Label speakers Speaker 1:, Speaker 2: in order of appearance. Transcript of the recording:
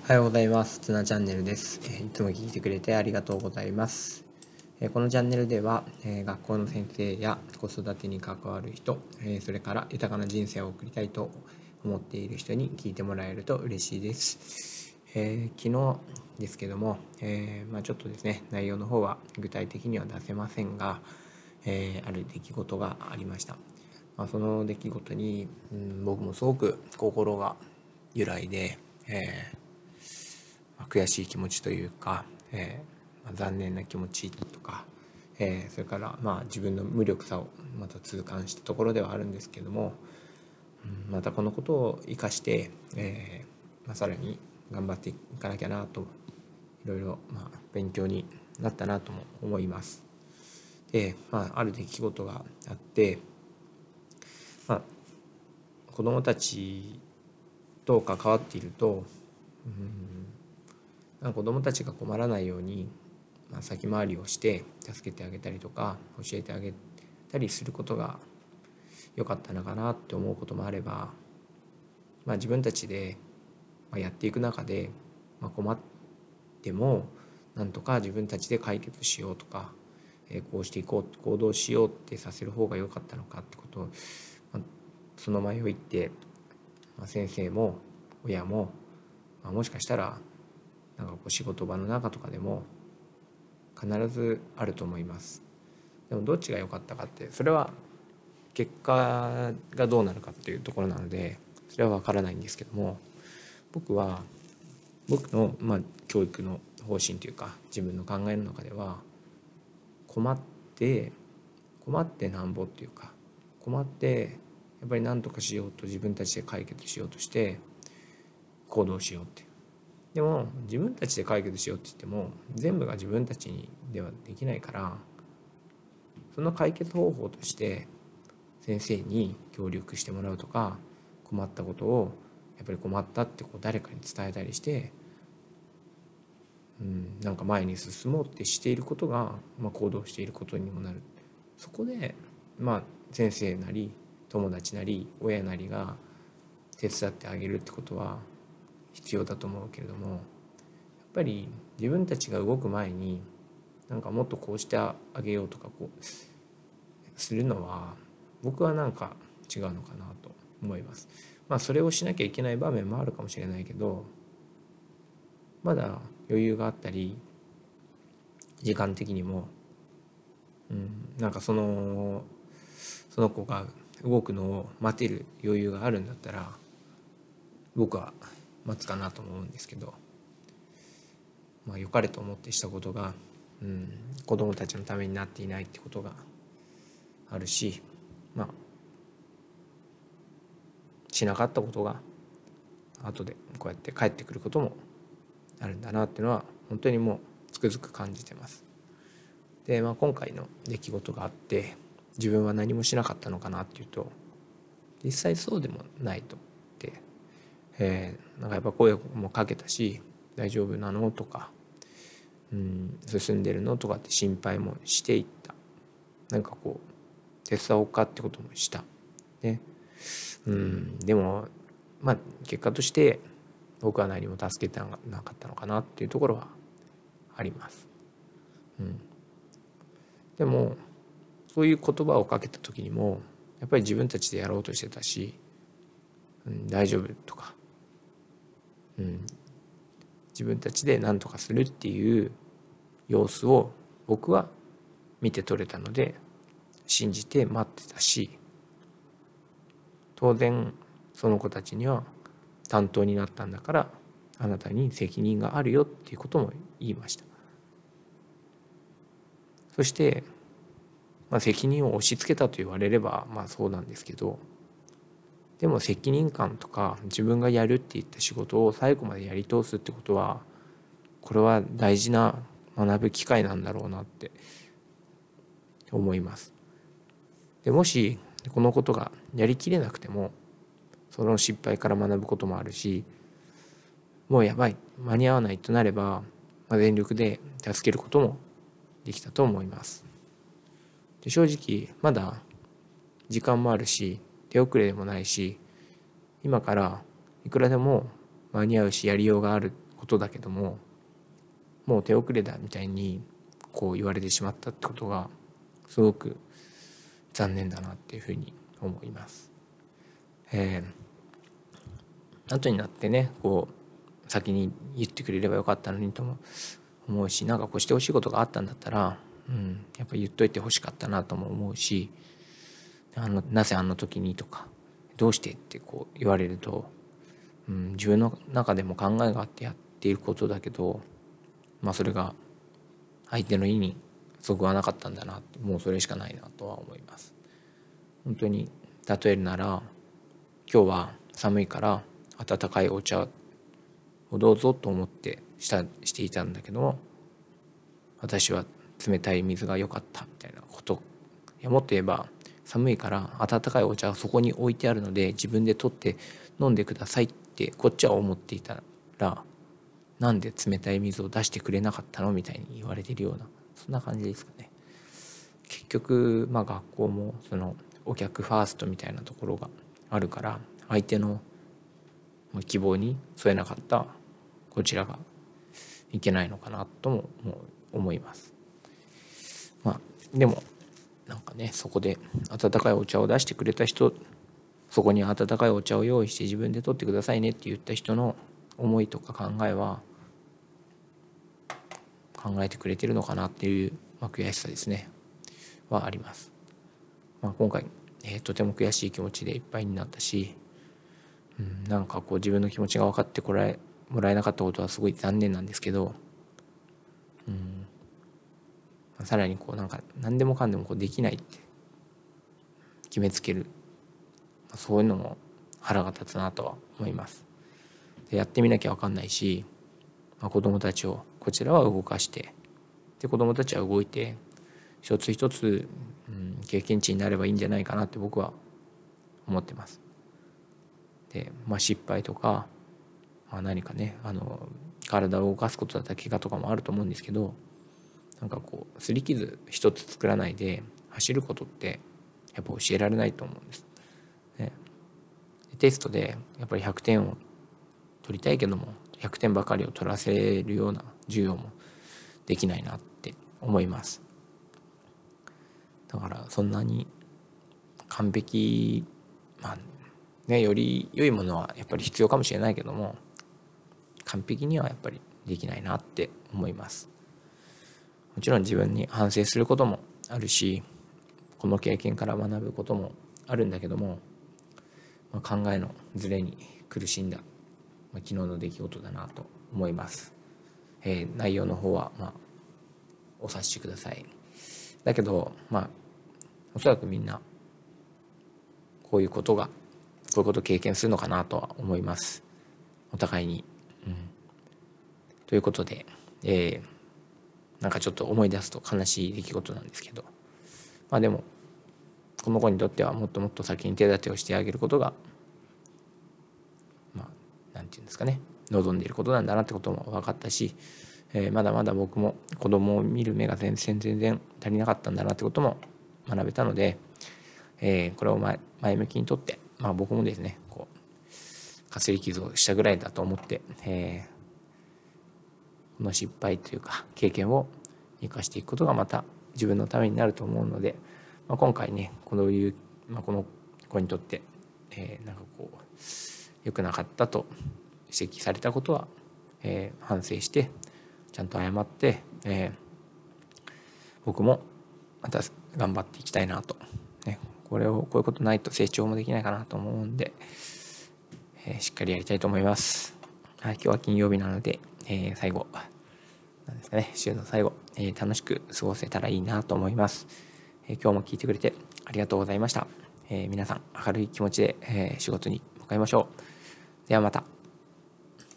Speaker 1: おはようございます。つなチャンネルです。いつも聞いてくれてありがとうございます。このチャンネルでは、学校の先生や子育てに関わる人、それから豊かな人生を送りたいと思っている人に聞いてもらえると嬉しいです。昨日ですけども、ちょっとですね、内容の方は具体的には出せませんが、ある出来事がありました。その出来事に、僕もすごく心が揺らいで、悔しい気持ちというか、残念な気持ちとか、それから自分の無力さをまた痛感したところではあるんですけども、またこのことを生かして、さらに頑張っていかなきゃなと、いろいろ勉強になったなとも思います。で、ある出来事があって、子どもたちと関わっていると、子どもたちが困らないように、先回りをして助けてあげたりとか教えてあげたりすることが良かったのかなって思うこともあれば、自分たちでやっていく中で、困ってもなんとか自分たちで解決しようとか、こうしていこう行動しようってさせる方が良かったのかってことを、その迷いって、先生も親も、もしかしたら仕事場の中とかでも必ずあると思います。でもどっちが良かったかって、それは結果がどうなるかっていうところなので、それは分からないんですけども、僕の教育の方針というか自分の考えの中では、困ってなんぼっていうか、困ってやっぱり何とかしようと自分たちで解決しようとして行動しようって。でも自分たちで解決しようって言っても全部が自分たちにではできないから、その解決方法として先生に協力してもらうとか、困ったことをやっぱり困ったって誰かに伝えたりして、前に進もうってしていることが、行動していることにもなる。そこで先生なり友達なり親なりが手伝ってあげるってことは必要だと思うけれども、やっぱり自分たちが動く前にもっとこうしてあげようとかこうするのは、僕は違うのかなと思います。それをしなきゃいけない場面もあるかもしれないけど、まだ余裕があったり時間的にも、その子が動くのを待てる余裕があるんだったら、僕は待つかなと思うんですけど、良かれと思ってしたことが、子供たちのためになっていないってことがあるし、しなかったことが後でこうやって帰ってくることもあるんだなっていうのは本当にもうつくづく感じてます。で、今回の出来事があって自分は何もしなかったのかなっていうと、実際そうでもないとって、やっぱ声もかけたし、大丈夫なのとか、進んでるのとかって心配もしていった。手伝おうかってこともしたね。でも結果として僕は何も助けてなかったのかなっていうところはあります。でもそういう言葉をかけた時にもやっぱり自分たちでやろうとしてたし、大丈夫とか、自分たちで何とかするっていう様子を僕は見て取れたので信じて待ってたし、当然その子たちには担当になったんだからあなたに責任があるよっていうことも言いました。そして、責任を押し付けたと言われればそうなんですけど、でも責任感とか自分がやるって言った仕事を最後までやり通すってことは、これは大事な学ぶ機会なんだろうなって思います。でもしこのことがやりきれなくてもその失敗から学ぶこともあるし、もうやばい間に合わないとなれば、全力で助けることもできたと思います。で、正直まだ時間もあるし手遅れでもないし、今からいくらでも間に合うしやりようがあることだけども、もう手遅れだみたいにこう言われてしまったってことがすごく残念だなっていうふうに思います。後になってねこう先に言ってくれればよかったのにとも思うし、なんかこうしてほしいことがあったんだったら、やっぱり言っといてほしかったなとも思うし、なぜあの時にとかどうしてってこう言われると、自分の中でも考えがあってやっていることだけど、それが相手の意にそぐわなかったんだなって、もうそれしかないなとは思います。本当に例えるなら、今日は寒いから温かいお茶をどうぞと思ってしていたんだけども、私は冷たい水が良かったみたいなこと。いやもっと言えば、寒いから温かいお茶はそこに置いてあるので自分で取って飲んでくださいってこっちは思っていたら、なんで冷たい水を出してくれなかったのみたいに言われてるような、そんな感じですかね。結局学校もそのお客ファーストみたいなところがあるから、相手の希望に添えなかったこちらがいけないのかなとも思います。でもなんかね、そこで温かいお茶を出してくれた人、そこに温かいお茶を用意して自分で取ってくださいねって言った人の思いとか考えは考えてくれてるのかなっていう、悔しさですねはあります。今回、とても悔しい気持ちでいっぱいになったし、なんかこう自分の気持ちが分かってもらえなかったことはすごい残念なんですけど、さらにこうなんか何でもかんでもこうできないって決めつける、そういうのも腹が立つなとは思います。でやってみなきゃ分かんないし、子どもたちをこちらは動かして、で子どもたちは動いて一つ一つ、経験値になればいいんじゃないかなって僕は思ってます。で、失敗とか、何かね体を動かすことだったら怪我とかもあると思うんですけど、なんかこう擦り傷一つ作らないで走ることってやっぱ教えられないと思うんです、ね。テストでやっぱり100点を取りたいけども100点ばかりを取らせるような授業もできないなって思います。だからそんなに完璧、より良いものはやっぱり必要かもしれないけども、完璧にはやっぱりできないなって思います。もちろん自分に反省することもあるし、この経験から学ぶこともあるんだけども、考えのズレに苦しんだ、昨日の出来事だなと思います。内容の方はお察しください。だけどおそらくみんなこういうことを経験するのかなとは思います。お互いに、ということで、なんかちょっと思い出すと悲しい出来事なんですけど、でもこの子にとってはもっともっと先に手立てをしてあげることがなんていうんですかね、望んでいることなんだなってことも分かったし、まだまだ僕も子供を見る目が全然足りなかったんだなってことも学べたので、これを前向きにとって、僕もですねこうかすり傷をしたぐらいだと思って、この失敗というか経験を生かしていくことがまた自分のためになると思うので、今回ねこの子にとって、なんかこう良くなかったと指摘されたことは、反省してちゃんと謝って、僕もまた頑張っていきたいなと、こういうことないと成長もできないかなと思うんで、しっかりやりたいと思います。今日は金曜日なので、最後なんですかね、週の最後、楽しく過ごせたらいいなと思います。今日も聞いてくれてありがとうございました。皆さん明るい気持ちで、仕事に向かいましょう。ではまた。